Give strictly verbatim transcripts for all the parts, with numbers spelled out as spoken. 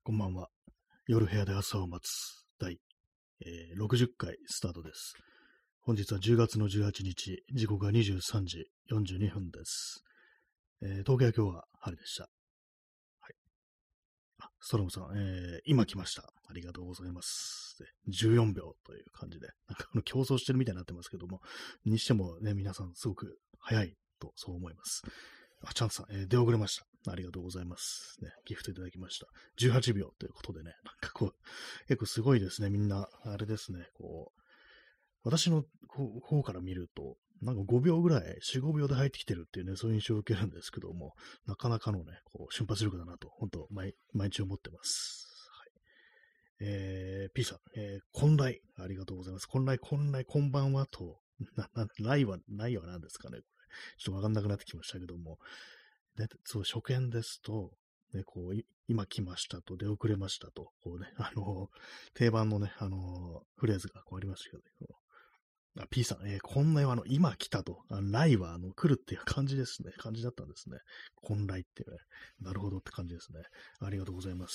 こんばんは。夜部屋で朝を待つ第、えーろくじゅっかいスタートです。本日はじゅうがつのじゅうはちにち、時刻がにじゅうさんじよんじゅうにふんです。えー東京は今日は晴れでした。はい。あ、ストロムさん、えー今来ました。ありがとうございます。でじゅうよんびょうという感じで、なんかあの競争してるみたいになってますけども、にしてもね、皆さんすごく早いとそう思います。あ、チャンスさん、えー出遅れました。ありがとうございます。ね、ギフトいただきました。じゅうはちびょうということでね、なんかこう、結構すごいですね、みんな、あれですね、こう、私のこう方から見ると、なんかごびょうぐらい、よん、ごびょうで入ってきてるっていうね、そういう印象を受けるんですけども、なかなかのね、こう、瞬発力だなと、本当毎、毎日思ってます。はい。えー、P さん、えー、こんらい、ありがとうございます。こんらい、こんらい、こんばんはと、な、な、ないは、ないは何ですかね、これ。ちょっとわかんなくなってきましたけども、で、そう、初見ですと、ね、こう、い今来ましたと、出遅れましたと、こうね、あの、定番のね、あの、フレーズがこうありましたけど、あ、P さん、えー、こんなはあの、今来たと、あ来はあの、来るっていう感じですね。感じだったんですね。本来っていうね。なるほどって感じですね。ありがとうございます。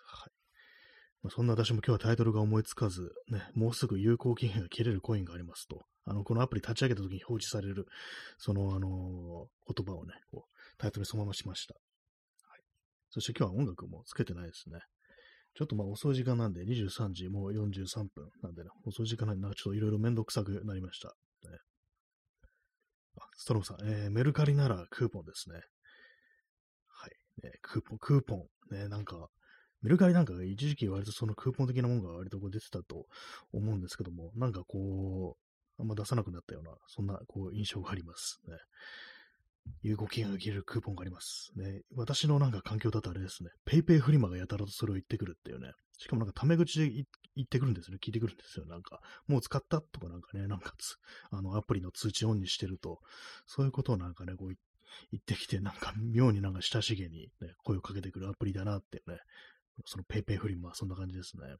はい。まあ、そんな私も今日はタイトルが思いつかず、ね、もうすぐ有効期限が切れるコインがありますと、あの、このアプリ立ち上げた時に表示される、その、あのー言葉をね、こう、タイトルにそのまましました。はい。そして今日は音楽もつけてないですね。ちょっとまあ遅い時間なんで、にじゅうさんじもうよんじゅうさんぷんなんでね、遅い時間なんで、なんかちょっといろいろめんどくさくなりました。ね、あ、ストロムさん、えー、メルカリならクーポンですね。はい。ね、クーポン、クーポン。ね、なんか、メルカリなんかが一時期割とそのクーポン的なものが割とこう出てたと思うんですけども、なんかこう、あんま出さなくなったような、そんなこう印象がありますね。有効期限が切れるクーポンがあります。ね、私のなんか環境だとあれですね、ペイペイフリマがやたらとそれを言ってくるっていうね。しかもなんかタメ口で言ってくるんですよね。聞いてくるんですよ。なんか、もう使ったとかなんかね、なんかつ、あの、アプリの通知オンにしてると、そういうことをなんかね、こう言ってきて、なんか妙になんか親しげに、ね、声をかけてくるアプリだなってね、そのペイペイフリマはそんな感じですね。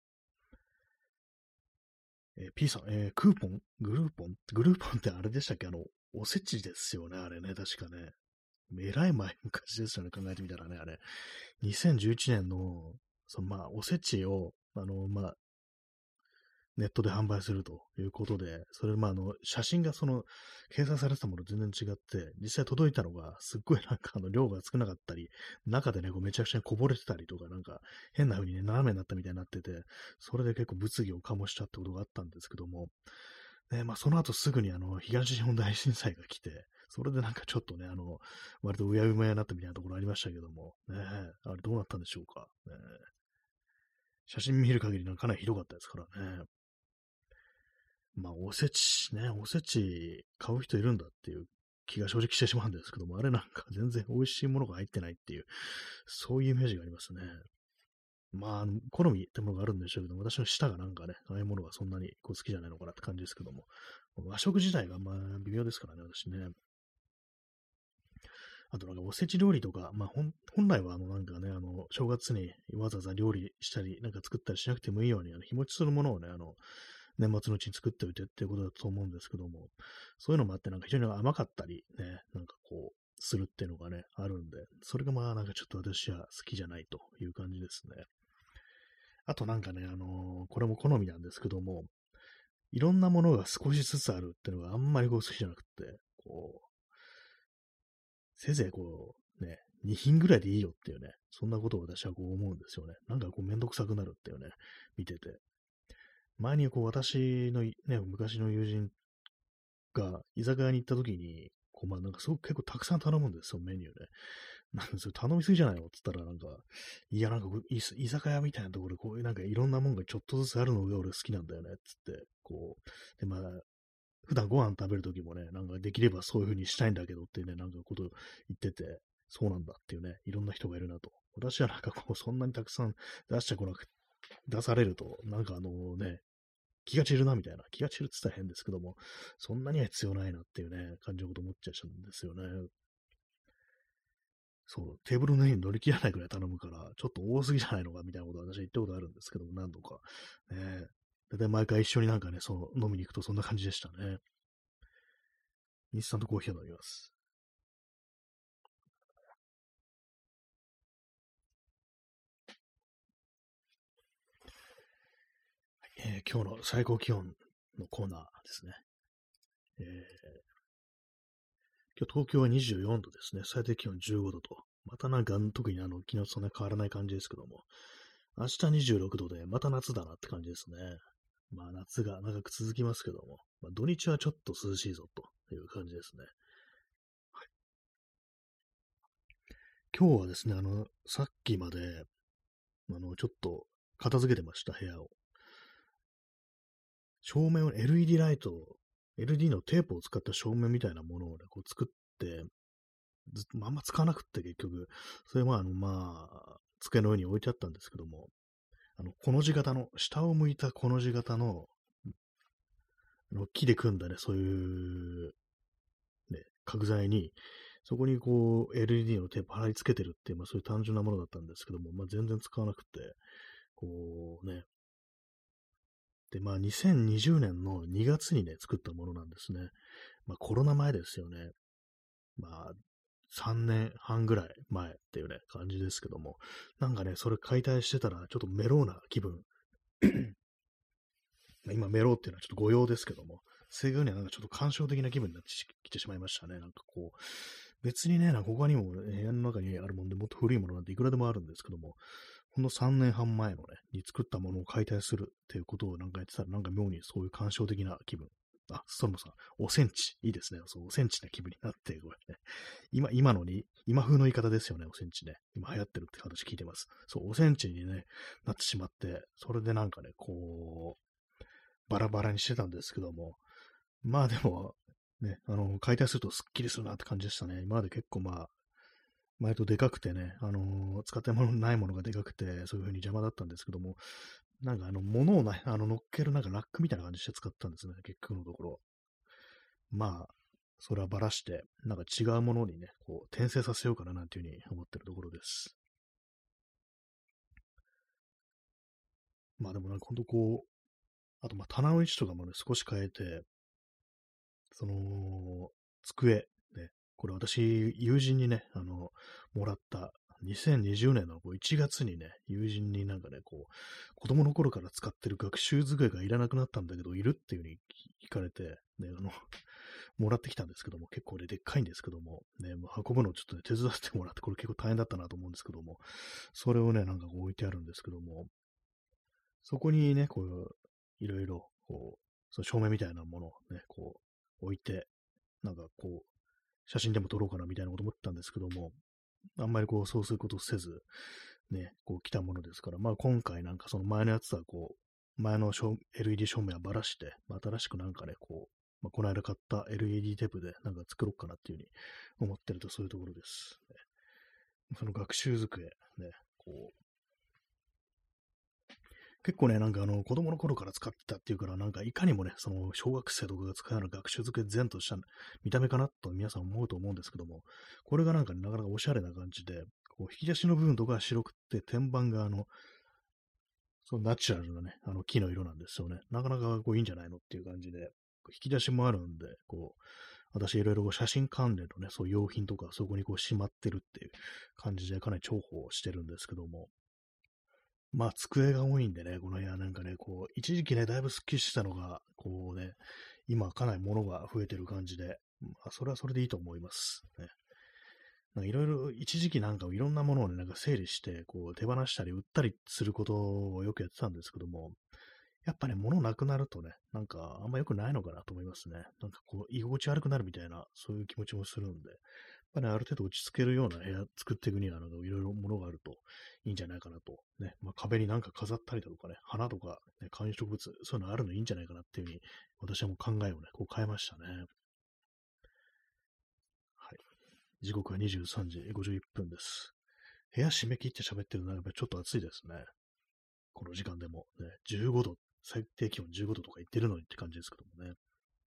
えー P さん、えークーポングルーポングルーポンってあれでしたっけ？あの、おせちですよね、あれね、確かね。えらい前昔ですよね、考えてみたらね、あれ。にせんじゅういちねんの、そのまあ、おせちを、あの、まあ、ネットで販売するということで、それ、まあ、あの、写真がその、掲載されてたもの全然違って、実際届いたのが、すっごいなんかあの、量が少なかったり、中でね、こうめちゃくちゃこぼれてたりとか、なんか、変な風にね、斜めになったみたいになってて、それで結構物議を醸したってことがあったんですけども、ね、まあ、その後すぐにあの、東日本大震災が来て、それでなんかちょっとね、あの、割とうやうやになったみたいなところありましたけども、ね、あれどうなったんでしょうか。ね、写真見る限りなんかかなりひどかったですからね。まあ、おせちね、おせち買う人いるんだっていう気が正直してしまうんですけども、あれなんか全然美味しいものが入ってないっていう、そういうイメージがありますね。まあ、好みってものがあるんでしょうけど、私の舌がなんかね、ああいうものがそんなにこう好きじゃないのかなって感じですけども、和食自体がまあ微妙ですからね、私ね。あとなんかおせち料理とか、まあ本本来はあのなんかね、あの、正月にわざわざ料理したり、なんか作ったりしなくてもいいように、あの日持ちするものをね、あの、年末のうちに作っておいてっていうことだと思うんですけども、そういうのもあって、なんか非常に甘かったりね、なんかこう、するっていうのがね、あるんで、それがまあなんかちょっと私は好きじゃないという感じですね。あとなんかね、あのーこれも好みなんですけども、いろんなものが少しずつあるっていうのがあんまりこう好きじゃなくて、こう、せいぜいこう、ね、に品ぐらいでいいよっていうね、そんなことを私はこう思うんですよね。なんかこうめんどくさくなるっていうね、見てて。前にこう私のね、昔の友人が居酒屋に行った時に、こうまあなんかすごく結構たくさん頼むんですよ、メニューで。なんかそれ頼みすぎじゃないのって言ったらなんか、いやなんかこう居居酒屋みたいなところでこういうなんかいろんなもんがちょっとずつあるのが俺好きなんだよね、つって、こう、でまあ、普段ご飯食べる時もね、なんかできればそういう風にしたいんだけどっていうね、なんかこと言ってて、そうなんだっていうね、いろんな人がいるなと。私はなんかこう、そんなにたくさん出してこなく、出されると、なんかあのね、気が散るなみたいな、気が散るって言ったら変ですけども、そんなには必要ないなっていうね、感じのこと思っちゃうんですよね。そう、テーブルの上に乗り切らないくらい頼むから、ちょっと多すぎじゃないのかみたいなことは私は言ったことあるんですけども、何度か。ね、で、毎回一緒になんかね、そう、飲みに行くとそんな感じでしたね。インスタントコーヒーを飲みます。 ー今日の最高気温のコーナーですね。えー今日東京はにじゅうよんどですね。最低気温じゅうごどと。またなんか特にあの昨日そんな変わらない感じですけども。明日にじゅうろくどでまた夏だなって感じですね。まあ夏が長く続きますけども。まあ、土日はちょっと涼しいぞという感じですね。はい、今日はですね、あの、さっきまで、あの、ちょっと片付けてました、部屋を。照明を エルイーディー ライト、エルイーディー のテープを使った照明みたいなものをね、こう作って、ずっとあんま使わなくって結局、それはあの、まあ、机の上に置いてあったんですけども、あの、この字型の、下を向いたこの字型の、あの木で組んだね、そういう、ね、角材に、そこにこう、エルイーディー のテープ貼り付けてるっていう、まあそういう単純なものだったんですけども、まあ全然使わなくて、こうね、で、まあにせんにじゅうねんのにがつにね、作ったものなんですね。まあコロナ前ですよね。まあさんねんはんぐらい前っていうね、感じですけども、なんかね、それ解体してたら、ちょっとメローな気分。今、メローっていうのはちょっと誤用ですけども、正確にはなんかちょっと感傷的な気分になってきてしまいましたね。なんかこう、別にね、なんか他にも、ね、部屋の中にあるもんでもっと古いものなんていくらでもあるんですけども、ほんのさんねんはん前のね、に作ったものを解体するっていうことをなんかやってたら、なんか妙にそういう感傷的な気分。あ、ストロムさん、おセンチ。いいですね。そう、おセンチな気分になって、これね。今、今のに、今風の言い方ですよね、おセンチね。今流行ってるって話聞いてます。そう、おセンチにね、なってしまって、それでなんかね、こう、バラバラにしてたんですけども、まあでも、ね、あの、解体するとスッキリするなって感じでしたね。今まで結構まあ、割とでかくてね、あのー使ってもないものがでかくて、そういう風に邪魔だったんですけども、なんかあの、物をね、あの、乗っけるなんかラックみたいな感じで使ったんですね、結局のところ。まあ、それはばらして、なんか違うものにね、こう、転生させようかななんていう風に思ってるところです。まあでもなんかほんとこう、あとまあ棚の位置とかもね、少し変えて、その、机、ね、これ私、友人にね、あの、もらった、にせんにじゅうねんのこういちがつにね、友人になんかね、こう、子供の頃から使ってる学習机がいらなくなったんだけど、いるっていう風に聞かれて、ね、あの、もらってきたんですけども、結構ね、でっかいんですけども、ね、もう運ぶのをちょっとね、手伝ってもらって、これ結構大変だったなと思うんですけども、それをね、なんかこう置いてあるんですけども、そこにね、こう、いろいろ、こう、その照明みたいなものをね、こう、置いて、なんかこう、写真でも撮ろうかなみたいなこと思ったんですけども、あんまりこう、そうすることせず、ね、こう来たものですから、まあ今回なんかその前のやつはこう、前の エルイーディー 照明はばらして、まあ、新しくなんかね、こう、まあ、この間買った エルイーディー テープでなんか作ろうかなっていうふうに思ってるとそういうところです。ね、その学習机、ね、こう、結構ね、なんかあの、子供の頃から使ってたっていうから、なんかいかにもね、その、小学生とかが使うような学習机前とした見た目かなと皆さん思うと思うんですけども、これがなんか、ね、なかなかおしゃれな感じで、こう引き出しの部分とか白くて、天板があの、そのナチュラルなね、あの木の色なんですよね。なかなかこういいんじゃないのっていう感じで、引き出しもあるんで、こう、私いろいろ写真関連のね、そういう用品とかそこにこうしまってるっていう感じでかなり重宝してるんですけども、まあ、机が多いんでね、この部屋なんかね、こう、一時期ね、だいぶスッキリしてたのが、こうね、今かなり物が増えてる感じで、まあ、それはそれでいいと思います。ね、なんかいろいろ、一時期なんかいろんなものをね、なんか整理して、こう、手放したり売ったりすることをよくやってたんですけども、やっぱね、物なくなるとね、なんかあんま良くないのかなと思いますね。なんかこう、居心地悪くなるみたいな、そういう気持ちもするんで、ぱね、ある程度落ち着けるような部屋作っていくには、なんかいろいろものがあるといいんじゃないかなと。ね、まあ、壁になんか飾ったりだとかね、花とか、ね、観葉植物、そういうのあるのいいんじゃないかなっていうふうに、私はもう考えをね、こう変えましたね。はい。時刻はにじゅうさんじごじゅういっぷんです。部屋閉め切って喋ってるのはやっぱりちょっと暑いですね。この時間でも。ね、じゅうごど、最低気温じゅうごどとか言ってるのにって感じですけどもね。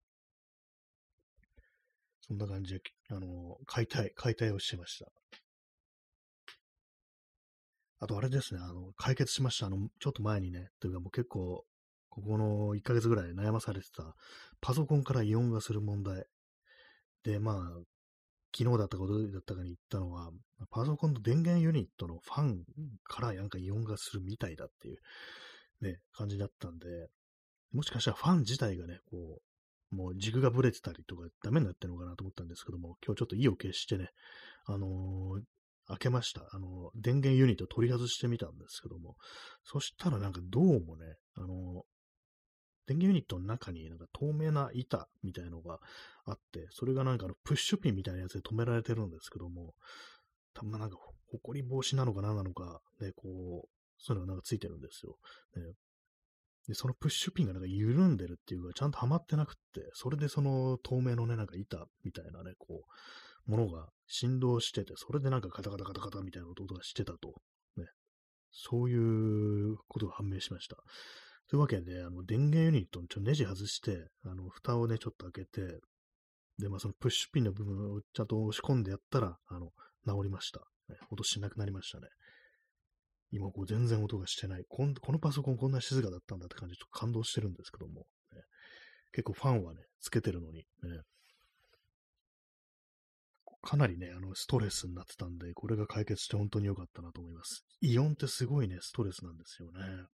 そんな感じで、あの、解体、解体をしてました。あとあれですね、あの、解決しました。あの、ちょっと前にね、というかもう結構、ここのいっかげつぐらい悩まされてた、パソコンからイオンがする問題。で、まあ、昨日だったかどうだったかに言ったのは、パソコンの電源ユニットのファンからなんかイオンがするみたいだっていうね、感じだったんで、 もしかしたらファン自体がね、こう、もう軸がぶれてたりとかダメになってるのかなと思ったんですけども、今日ちょっと意を決してね、あのー開けました。あのー電源ユニット取り外してみたんですけども、そしたらなんかどうもね、あのー電源ユニットの中になんか透明な板みたいのがあって、それがなんかあのプッシュピンみたいなやつで止められてるんですけども、たまなんかほこり防止なのか何なのか、ね、こう、そういうのがなんかついてるんですよ。ね、で、そのプッシュピンがなんか緩んでるっていうか、ちゃんとはまってなくって、それでその透明のね、なんか板みたいなね、こう、ものが振動してて、それでなんかカタカタカタカタみたいな音がしてたと。ね、そういうことが判明しました。というわけで、あの、電源ユニットのちょネジ外して、あの、蓋をね、ちょっと開けて、で、まあ、そのプッシュピンの部分をちゃんと押し込んでやったら、あの、治りました。ね、音しなくなりましたね。今、こう、全然音がしてない。こんこのパソコンこんな静かだったんだって感じで、ちょっと感動してるんですけども、ね、結構ファンはね、つけてるのに、ね、かなりね、あの、ストレスになってたんで、これが解決して本当に良かったなと思います。イオンってすごいね、ストレスなんですよね。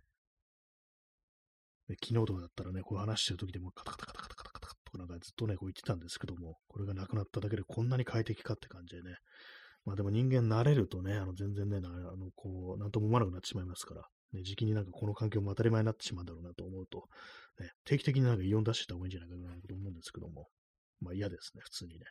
で昨日とかだったらね、こう話してる時でもカタカタカタカタカタカタとかなんかずっとね、こう言ってたんですけども、これがなくなっただけでこんなに快適かって感じでね。まあでも人間慣れるとね、あの全然ね、あの、こう、なんとも思わなくなってしまいますから、ね、時期になんかこの環境も当たり前になってしまうんだろうなと思うと、ね、定期的になんかイオン出してた方がいいんじゃないかなと思うんですけども、まあ嫌ですね、普通にね。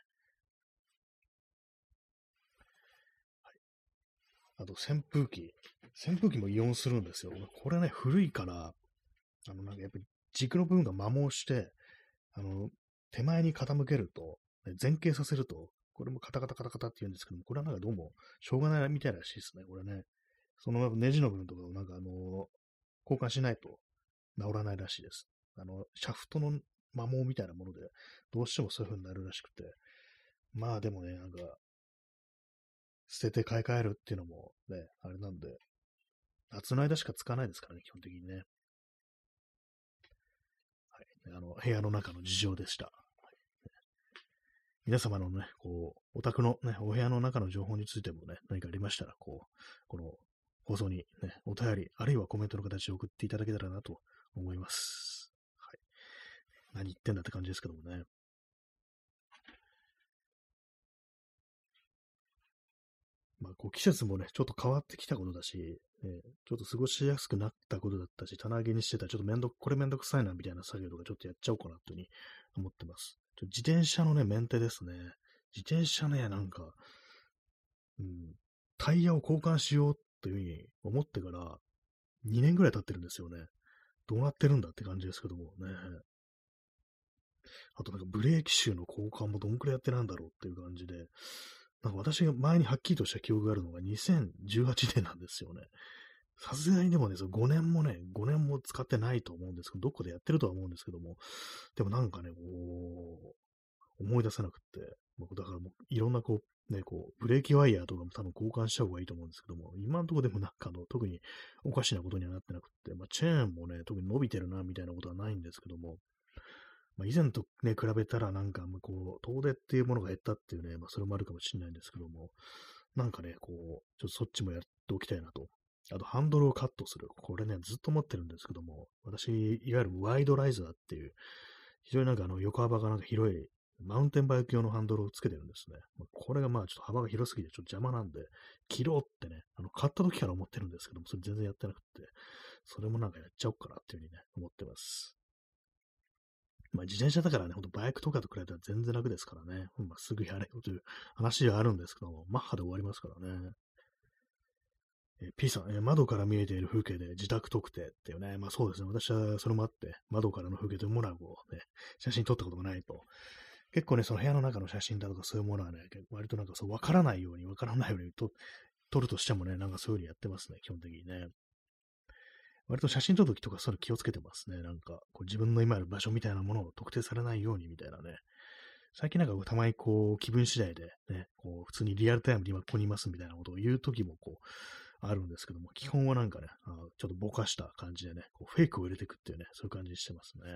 あと扇風機。扇風機もイオンするんですよ。これね、古いから、あのなんかやっぱり軸の部分が摩耗して、あの、手前に傾けると、ね前傾させると、これもカタカタカタカタって言うんですけども、これはなんかどうもしょうがないみたいらしいですね、これね。そのネジの部分とかをなんかあの、交換しないと治らないらしいです。あの、シャフトの摩耗みたいなもので、どうしてもそういう風になるらしくて。まあでもね、なんか、捨てて買い替えるっていうのもね、あれなんで、夏の間しか使わないですからね、基本的にね。はい。あの、部屋の中の事情でした。皆様のね、こう、お宅のね、お部屋の中の情報についてもね、何かありましたら、こう、この放送にね、お便り、あるいはコメントの形で送っていただけたらなと思います。はい。何言ってんだって感じですけどもね。まあ、こう季節もね、ちょっと変わってきたことだし、ね、ちょっと過ごしやすくなったことだったし、棚上げにしてたらちょっとめんどく、これめんどくさいなみたいな作業とかちょっとやっちゃおうかなというふうに思ってます。ちょ自転車のね、メンテですね。自転車ね、なんか、うん、タイヤを交換しようというふうに思ってからにねんぐらい経ってるんですよね。どうなってるんだって感じですけどもね。あとなんかブレーキシューの交換もどんくらいやってなんだろうっていう感じで、なんか私が前にはっきりとした記憶があるのがにせんじゅうはちねんなんですよね。さすがにでもね、そのごねんもね、ごねんも使ってないと思うんですけど、どこでやってるとは思うんですけども、でもなんかね、こう、思い出せなくって、僕だからもういろんなこう、ね、こう、ブレーキワイヤーとかも多分交換した方がいいと思うんですけども、今のところでもなんかあの、特におかしなことにはなってなくって、まあ、チェーンもね、特に伸びてるな、みたいなことはないんですけども、まあ、以前とね、比べたらなんか、まあこう、遠出っていうものが減ったっていうね、まあ、それもあるかもしれないんですけども、なんかね、こう、ちょっとそっちもやっておきたいなと。あと、ハンドルをカットする。これね、ずっと持ってるんですけども、私、いわゆるワイドライザーっていう、非常になんかあの、横幅がなんか広い、マウンテンバイク用のハンドルをつけてるんですね。まあこれがまあちょっと幅が広すぎてちょっと邪魔なんで、切ろうってね、あの、買った時から思ってるんですけども、それ全然やってなくて、それもなんかやっちゃおうかなっていうふうにね、思ってます。まあ自転車だからね、ほんとバイクとかと比べたら全然楽ですからね、まあ、すぐやれよという話ではあるんですけども、マッハで終わりますからね。えー P さん、えー窓から見えている風景で自宅特定っていうね、まあそうですね、私はそれもあって、窓からの風景というものはこう、ね、写真撮ったことがないと。結構ね、その部屋の中の写真だとかそういうものはね、割となんかそう、わからないように、わからないようにと撮るとしてもね、なんかそういうふうにやってますね、基本的にね。割と写真撮るときとかそういうの気をつけてますね。なんか、こう自分の今ある場所みたいなものを特定されないようにみたいなね。最近なんかこうたまにこう気分次第でね、こう普通にリアルタイムで今ここにいますみたいなことを言うときもこうあるんですけども、基本はなんかね、あちょっとぼかした感じでね、こうフェイクを入れていくっていうね、そういう感じにしてますね。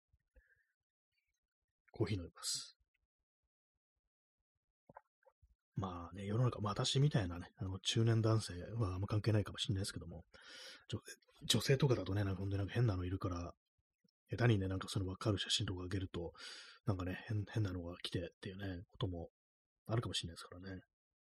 コーヒー飲みます。 まあね、世の中、まあ私みたいなね、あの中年男性はあんま関係ないかもしれないですけども、女女性とかだとね、なんか本当になんか変なのいるから、下手にね、なんかその分かる写真とかあげると、なんかね、変変なのが来てっていうね、こともあるかもしれないですからね。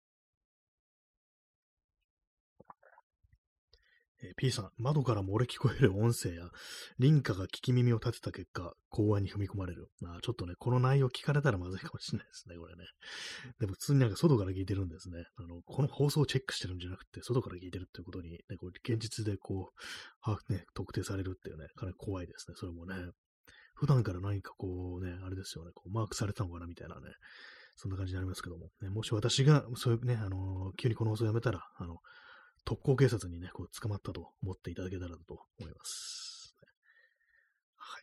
えー P さん、窓から漏れ聞こえる音声や、林家が聞き耳を立てた結果、公安に踏み込まれる。まあ、ちょっとね、この内容聞かれたらまずいかもしれないですね、これね。でも普通になんか外から聞いてるんですね。あの、この放送をチェックしてるんじゃなくて、外から聞いてるっていうことに、ね、こう現実でこう、は、ね、特定されるっていうね、かなり怖いですね、それもね。普段から何かこうね、あれですよね、こうマークされたのかなみたいなね、そんな感じになりますけども、ね、もし私が、そういうね、あのー急にこの放送をやめたら、あの、特攻警察にね、こう捕まったと思っていただけたらと思います。はい。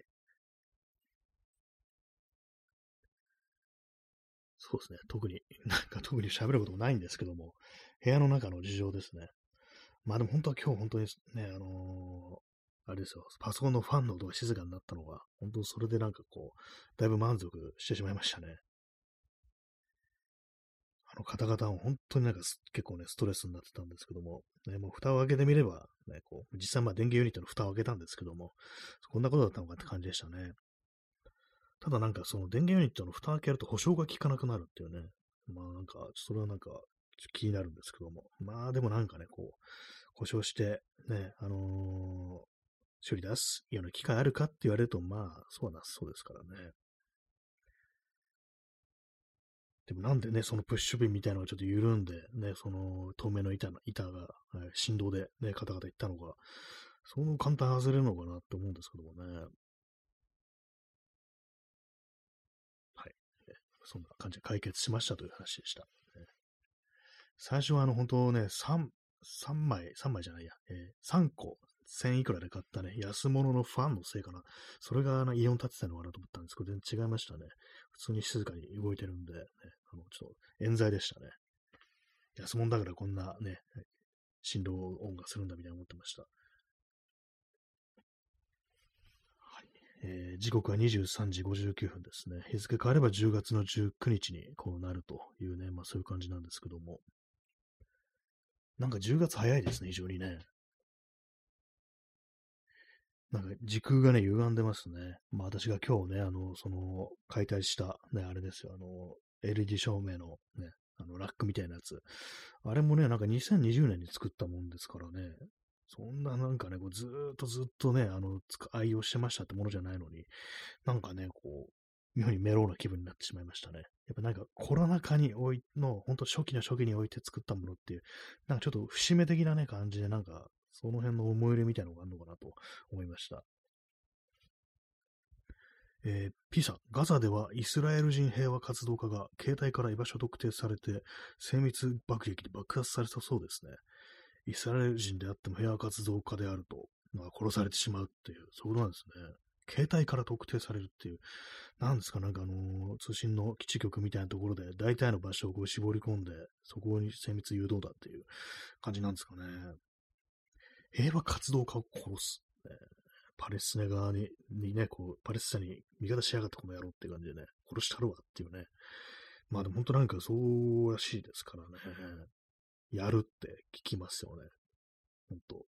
そうですね。特に、なんか特に喋ることもないんですけども、部屋の中の事情ですね。まあでも本当は今日本当にね、あのーあれですよ、パソコンのファンの音が静かになったのが、本当それでなんかこう、だいぶ満足してしまいましたね。あの方々も本当になんかす結構ね、ストレスになってたんですけども、ね、もう蓋を開けてみれば、ね、こう、実際まあ電源ユニットの蓋を開けたんですけども、こんなことだったのかって感じでしたね。ただなんかその電源ユニットの蓋を開けると保証が効かなくなるっていうね。まあなんか、それはなんか気になるんですけども。まあでもなんかね、こう、故障して、ね、あのー修理出すような機会あるかって言われると、まあ、そうな、そうですからね。でもなんでね、そのプッシュピンみたいなのがちょっと緩んで、ね、その透明の板の、板が、はい、振動でね、カタカタいったのが、その簡単に外れるのかなって思うんですけどもね。はい。えそんな感じで解決しましたという話でした。ね最初はあの、本当ね、さん、三枚、さんまいじゃないや、えー、さんこ、せんいくらで買ったね、安物のファンのせいかな。それがあのイオン立ってたのかなと思ったんですけど、全然違いましたね。普通に静かに動いてるんで、ね、あの、ちょっと冤罪でしたね。安物だからこんなね、振動音がするんだみたいな思ってました。はい。えー時刻はにじゅうさんじごじゅうきゅうふんですね。日付変わればじゅうがつのじゅうくにちにこうなるというね、まあそういう感じなんですけども。なんかじゅうがつ早いですね、非常にね。なんか時空がね、歪んでますね。まあ私が今日ね、あの、その、解体した、ね、あれですよ、あの、エルイーディー 照明のね、あの、ラックみたいなやつ。あれもね、なんかにせんにじゅうねんに作ったもんですからね、そんななんかね、こうずーっとずっとね、あの、つか愛用してましたってものじゃないのに、なんかね、こう、妙にメロウな気分になってしまいましたね。やっぱなんかコロナ禍においの、本当初期の初期において作ったものっていう、なんかちょっと節目的なね、感じで、なんか、その辺の思い入れみたいなのがあるのかなと思いました。えー、ピサ、ガザではイスラエル人平和活動家が携帯から居場所特定されて、精密爆撃で爆発されたそうですね。イスラエル人であっても平和活動家であると、まあ、殺されてしまうっていう、そういうことなんですね。携帯から特定されるっていう、なんですか、なんかあのー通信の基地局みたいなところで、大体の場所をこう絞り込んで、そこに精密誘導だっていう感じなんですかね。平和活動家を殺す。ねパレスチナ側ににね、こう、パレスチナに味方しやがったこの野郎っていう感じでね、殺したるわっていうね。まあでも本当なんかそうらしいですからね。やるって聞きますよね。本当。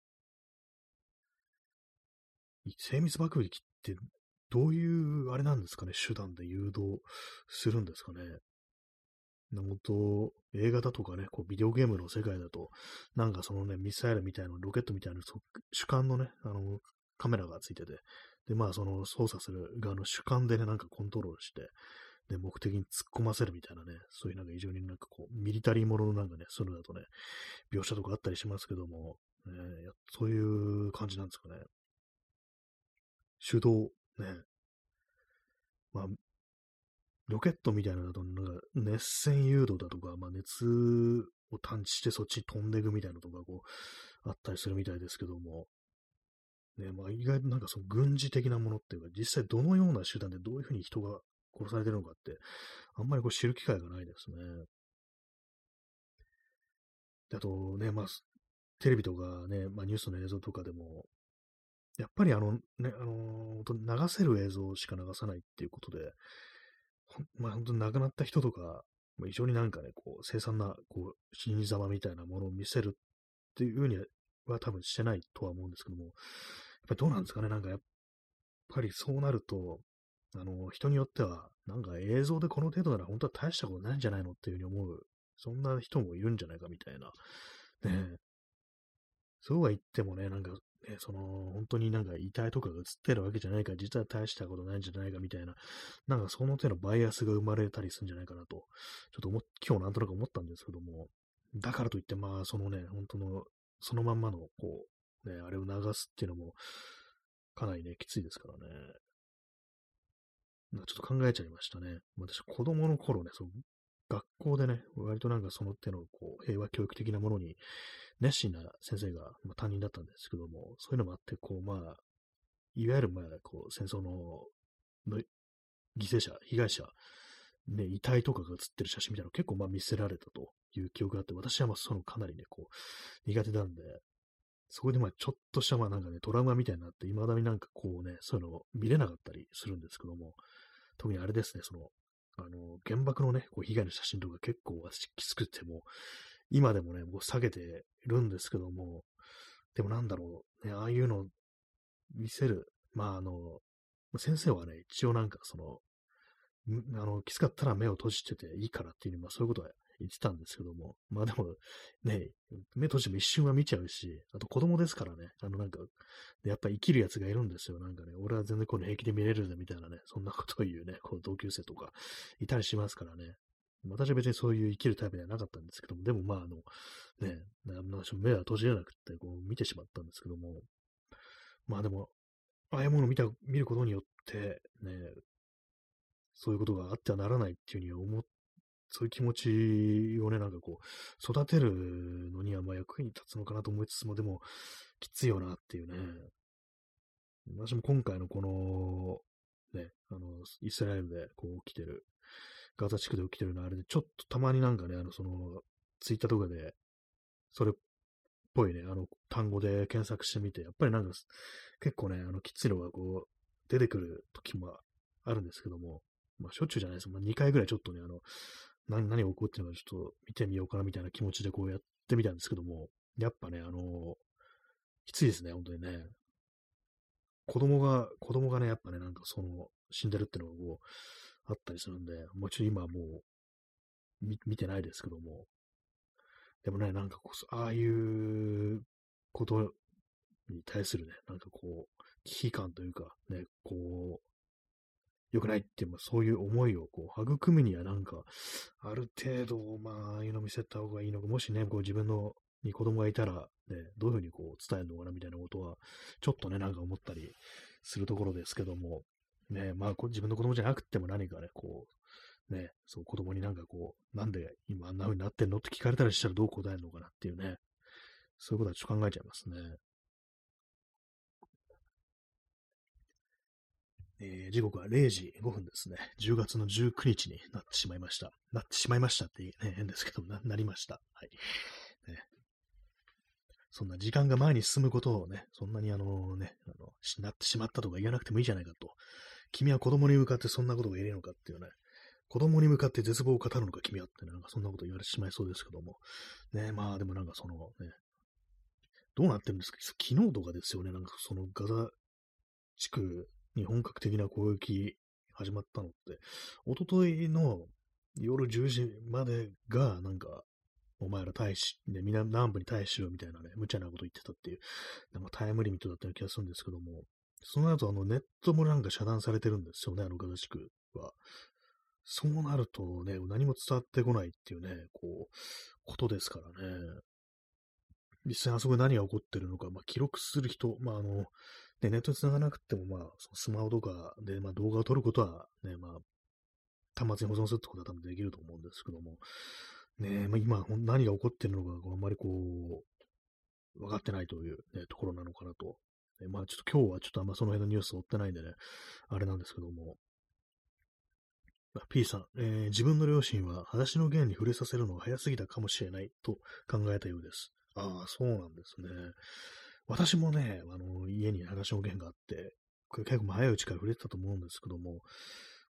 精密爆撃ってどういうあれなんですかね、手段で誘導するんですかね。本当、映画だとかね、こうビデオゲームの世界だと、なんかそのね、ミサイルみたいな、ロケットみたいな、そ主観のね、あの、カメラがついてて、で、まあその操作する側の主観でね、なんかコントロールして、で、目的に突っ込ませるみたいなね、そういうなんか非常になんかこう、ミリタリーもののなんかね、そういうのだとね、描写とかあったりしますけども、ね、やそういう感じなんですかね。手動、ね、まあ、ロケットみたいなのだと、なんか熱線誘導だとか、まあ、熱を探知してそっちに飛んでいくみたいなのとか、こう、あったりするみたいですけども、ね、まあ、意外となんかその軍事的なものっていうか、実際どのような手段でどういうふうに人が殺されてるのかって、あんまりこう知る機会がないですね。であとね、まあ、テレビとかね、まあ、ニュースの映像とかでも、やっぱりあの、ね、あのー流せる映像しか流さないっていうことで、ほんまあ、本当に亡くなった人とかまあ、非常になんかね、こう、凄惨な、こう、死に様みたいなものを見せるっていうふうには多分してないとは思うんですけども、やっぱりどうなんですかね、なんかやっぱりそうなると、あの、人によっては、なんか映像でこの程度なら本当は大したことないんじゃないのっていうふうに思う、そんな人もいるんじゃないかみたいな。ね、そうは言ってもね、なんか、ね、その、本当になんか遺体とかが映ってるわけじゃないから、実は大したことないんじゃないかみたいな、なんかその手のバイアスが生まれたりするんじゃないかなと、ちょっと思っ今日なんとなく思ったんですけども、だからといって、まあ、そのね、本当の、そのまんまの、こう、ね、あれを流すっていうのも、かなりね、きついですからね。なんかちょっと考えちゃいましたね。私、子供の頃ね、そう、学校でね、割となんかその手のこう平和教育的なものに熱心な先生が、まあ、担任だったんですけども、そういうのもあって、こう、まあ、いわゆる、まあ、こう、戦争のの犠牲者、被害者、ね、遺体とかが写ってる写真みたいなの結構、まあ、見せられたという記憶があって、私はまあ、そのかなりね、こう、苦手なんで、そこでまあ、ちょっとした、まあ、なんかね、トラウマみたいになって、未だになんかこうね、そういうのを見れなかったりするんですけども、特にあれですね、その、あの、原爆のね、こう被害の写真とか結構私きつくても、今でもね、もう下げてるんですけども、でもなんだろう、ね、ああいうのを見せる、まああの、先生はね、一応なんかその、んあの、きつかったら目を閉じてていいからっていう、まあそういうことは言ってたんですけども、まあでも、ね、目閉じても一瞬は見ちゃうし、あと子供ですからね、あのなんか、やっぱ生きるやつがいるんですよ。なんかね、俺は全然この平気で見れるぜみたいなね、そんなことを言うね、こう同級生とかいたりしますからね。私は別にそういう生きるタイプではなかったんですけども、でもまああの、ね、なんか目は閉じれなくってこう見てしまったんですけども、まあでも、ああいうものを見た、見ることによって、ね、そういうことがあってはならないっていうふうに思っそういう気持ちをね、なんかこう、育てるのにはまあ役に立つのかなと思いつつも、でも、きついよなっていうね。私も今回のこの、ね、あの、イスラエルでこう起きてる、ガザ地区で起きてるのあれで、ちょっとたまになんかね、あの、その、ツイッターとかで、それっぽいね、あの、単語で検索してみて、やっぱりなんか、結構ね、あの、きついのがこう、出てくる時もあるんですけども、まあ、しょっちゅうじゃないです。まあ、にかいぐらいちょっとね、あの、何、何が起こってるのかちょっと見てみようかなみたいな気持ちでこうやってみたんですけども、やっぱね、あの、きついですね、本当にね。子供が、子供がね、やっぱね、なんかその、死んでるっていうのがこう、あったりするんで、もうちょっと今はもう見、見てないですけども、でもね、なんかこう、ああいうことに対するね、なんかこう、危機感というか、ね、こう、良くないっていう、まあ、そういう思いをこう育むにはなんか、ある程度、まあ、ああいうの見せた方がいいのか、もしね、こう自分のに子供がいたら、ね、どういうふうにこう伝えるのかなみたいなことは、ちょっとね、なんか思ったりするところですけども、ね、まあ、こう自分の子供じゃなくても何かね、こう、ね、そう子供になんかこう、なんで今あんな風になってんのって聞かれたりしたらどう答えるのかなっていうね、そういうことはちょっと考えちゃいますね。えー、時刻はれいじごふんですね。じゅうがつのじゅうくにちになってしまいました。なってしまいましたって、ね、変ですけど、な、なりました。はい。ね、そんな時間が前に進むことをね、そんなにあのね、あの、しなってしまったとか言わなくてもいいじゃないかと。君は子供に向かってそんなことが言えるのかっていうね、子供に向かって絶望を語るのか君はってね、なんかそんなこと言われてしまいそうですけども。ね、まあでもなんかそのね、どうなってるんですか昨日とかですよね、なんかそのガザ地区に本格的な攻撃始まったのって、一昨日の夜じゅうじまでが、なんか、お前ら大使、ね、南南部に大使しろみたいなね、無茶なこと言ってたっていう、なんかタイムリミットだったような気がするんですけども、その後、あの、ネットもなんか遮断されてるんですよね、あのガザ地区は。そうなるとね、何も伝わってこないっていうね、こう、ことですからね。実際あそこで何が起こってるのか、まあ、記録する人、まあ、あの、ね、ネットに繋がなくても、まあ、そのスマホとかで、まあ、動画を撮ることは、ね、まあ、端末に保存するってことは多分できると思うんですけども、ね、まあ、今、ほん何が起こってるのか、あんまりこう、分かってないという、ね、ところなのかなと。ね、まあ、ちょっと今日はちょっとあんまその辺のニュースを追ってないんでね、あれなんですけども、まあ P さん、えー自分の両親は裸足の弦に触れさせるのが早すぎたかもしれないと考えたようです。ああ、そうなんですね。私もね、あの、家に裸足の弦があって、これ結構早いうちから触れてたと思うんですけども、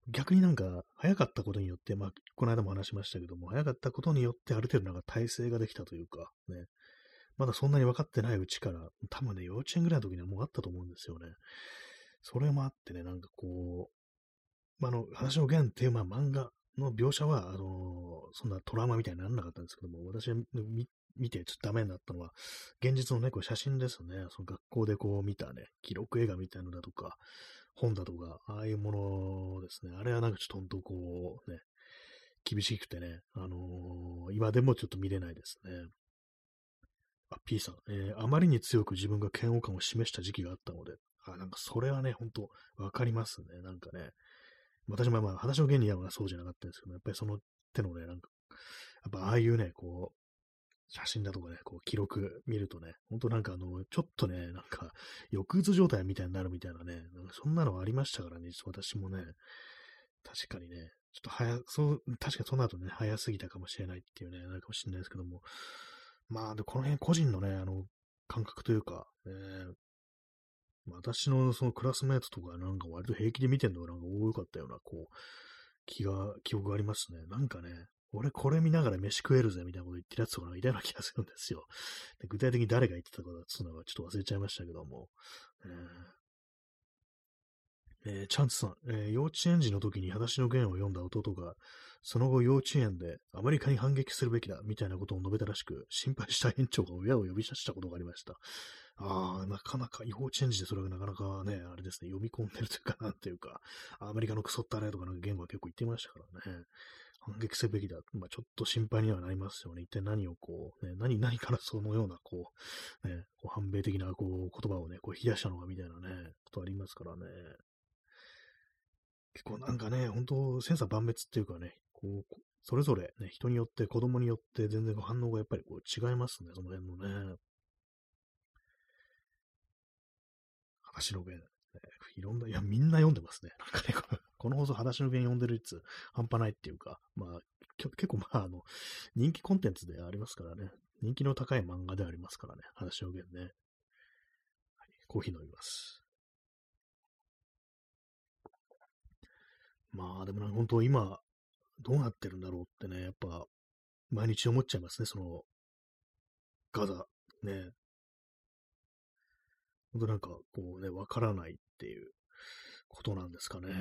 逆になんか、早かったことによって、まあ、この間も話しましたけども、早かったことによってある程度なんか体制ができたというか、ね、まだそんなに分かってないうちから、多分ね、幼稚園ぐらいの時にはもうあったと思うんですよね。それもあってね、なんかこう、まあ、あの、話の弦っていう、まあ、漫画の描写は、あのーそんなトラウマみたいにならなかったんですけども、私が見見てちょっとダメになったのは、現実のね、こう写真ですね。その学校でこう見たね、記録映画みたいなのだとか、本だとか、ああいうものですね。あれはなんかちょっと本当こう、ね、厳しくてね、あのー今でもちょっと見れないですね。あ、P さん、えーあまりに強く自分が嫌悪感を示した時期があったので、あ、なんかそれはね、本当わかりますね。なんかね、私もまあ、話の原理はそうじゃなかったんですけど、やっぱりその手のね、なんか、やっぱああいうね、こう、写真だとかね、こう記録見るとね、ほんとなんかあの、ちょっとね、なんか、抑うつ状態みたいになるみたいなね、なんかそんなのありましたからね、私もね、確かにね、ちょっと早、そう、確かにその後ね、早すぎたかもしれないっていうね、なるかもしれないですけども、まあ、で、この辺個人のね、あの、感覚というか、ね、私のそのクラスメイトとかなんか割と平気で見てんのがなんか多かったような、こう、気が、記憶がありますね。なんかね、俺これ見ながら飯食えるぜみたいなこと言ってるやつとかいたような気がするんですよ。で具体的に誰が言ってたかっていうのはちょっと忘れちゃいましたけども。えーえーチャンツさん、えー幼稚園児の時に裸足の弦を読んだ弟が、その後幼稚園でアメリカに反撃するべきだみたいなことを述べたらしく、心配した園長が親を呼び出したことがありました。ああ、なかなか、幼稚園児でそれがなかなかね、あれですね、読み込んでるというか、なんていうか、アメリカのクソったれとかなんか言語は結構言ってましたからね。反撃すべきだ。まあ、ちょっと心配にはなりますよね。一体何をこう、ね、何、何からそのような、こう、ね、こう反米的な、こう、言葉をね、こう、引き出したのかみたいなね、ことありますからね。結構なんかね、本当千差万別っていうかね、こう、それぞれね、人によって、子供によって全然反応がやっぱりこう違いますね、その辺のね。話の弁、ね。いろんな、いや、みんな読んでますね。なんかね、このこの放送、話の弁読んでる率、半端ないっていうか、まあ、きょ結構まあ、あの、人気コンテンツでありますからね。人気の高い漫画でありますからね。話の弁ね。はい、コーヒー飲みます。まあ、でもなんか本当今、どうなってるんだろうってね、やっぱ、毎日思っちゃいますね、その、ガザ、ね。本当なんか、こうね、わからないっていうことなんですかね。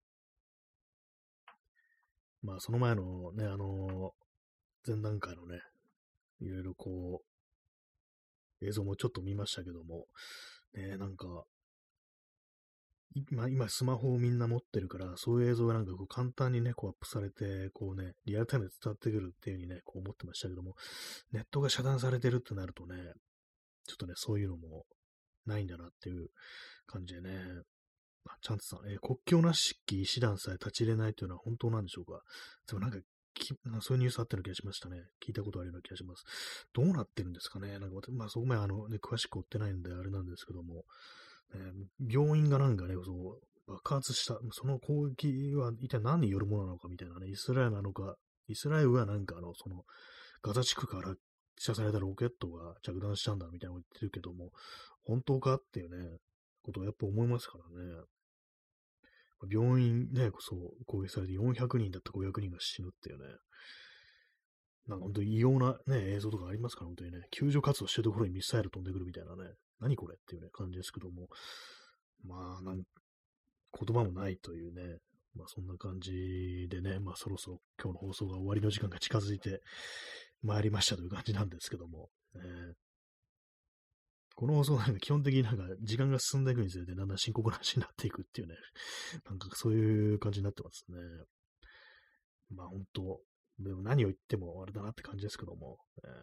まあ、その前のね、あの、前段階のね、いろいろこう、映像もちょっと見ましたけども、ね、なんか、今、今スマホをみんな持ってるから、そういう映像がなんかこう簡単にね、こうアップされて、こうね、リアルタイムで伝わってくるっていう風にね、こう思ってましたけども、ネットが遮断されてるってなるとね、ちょっとね、そういうのもないんだなっていう感じでね、あ、チャンツさん、えー国境なしき医師団さえ立ち入れないというのは本当なんでしょうか。でもなんか、きなんかそういうニュースあったような気がしましたね。聞いたことあるような気がします。どうなってるんですかね。なんか、まあ、そこまであの、ね、詳しく追ってないんであれなんですけども、ね、病院がなんかね、そう、爆発した、その攻撃は一体何によるものなのかみたいなね、イスラエルなのか、イスラエルはなんかあの、その、ガザ地区から発射されたロケットが着弾したんだみたいなのを言ってるけども、本当かっていうね、ことをやっぱ思いますからね。病院ね、そう、攻撃されてよんひゃくにんだったごひゃくにんが死ぬっていうね、なんか本当に異様なね、映像とかありますから、本当にね、救助活動してるところにミサイル飛んでくるみたいなね、何これっていうね、感じですけども、まあ、なん、言葉もないというね、まあそんな感じでね、まあそろそろ今日の放送が終わりの時間が近づいてまいりましたという感じなんですけども、えーこの放送なんか基本的になんか時間が進んでいくにつれてだんだん深刻な話になっていくっていうね、なんかそういう感じになってますね。まあ本当、でも何を言ってもあれだなって感じですけども、えー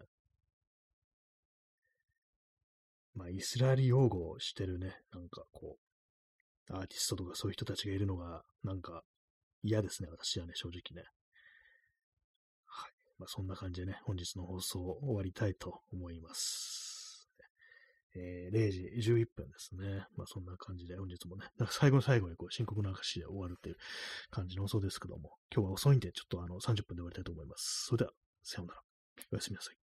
まあイスラエル擁護をしてるね、なんかこう、アーティストとかそういう人たちがいるのが、なんか嫌ですね、私はね、正直ね。はい。まあそんな感じでね、本日の放送を終わりたいと思います。えー、れいじじゅういっぷんですね。まあそんな感じで本日もね、なんか最後の最後にこう深刻な話で終わるっていう感じの放送ですけども、今日は遅いんでちょっとあのさんじゅっぷんで終わりたいと思います。それでは、さようなら。おやすみなさい。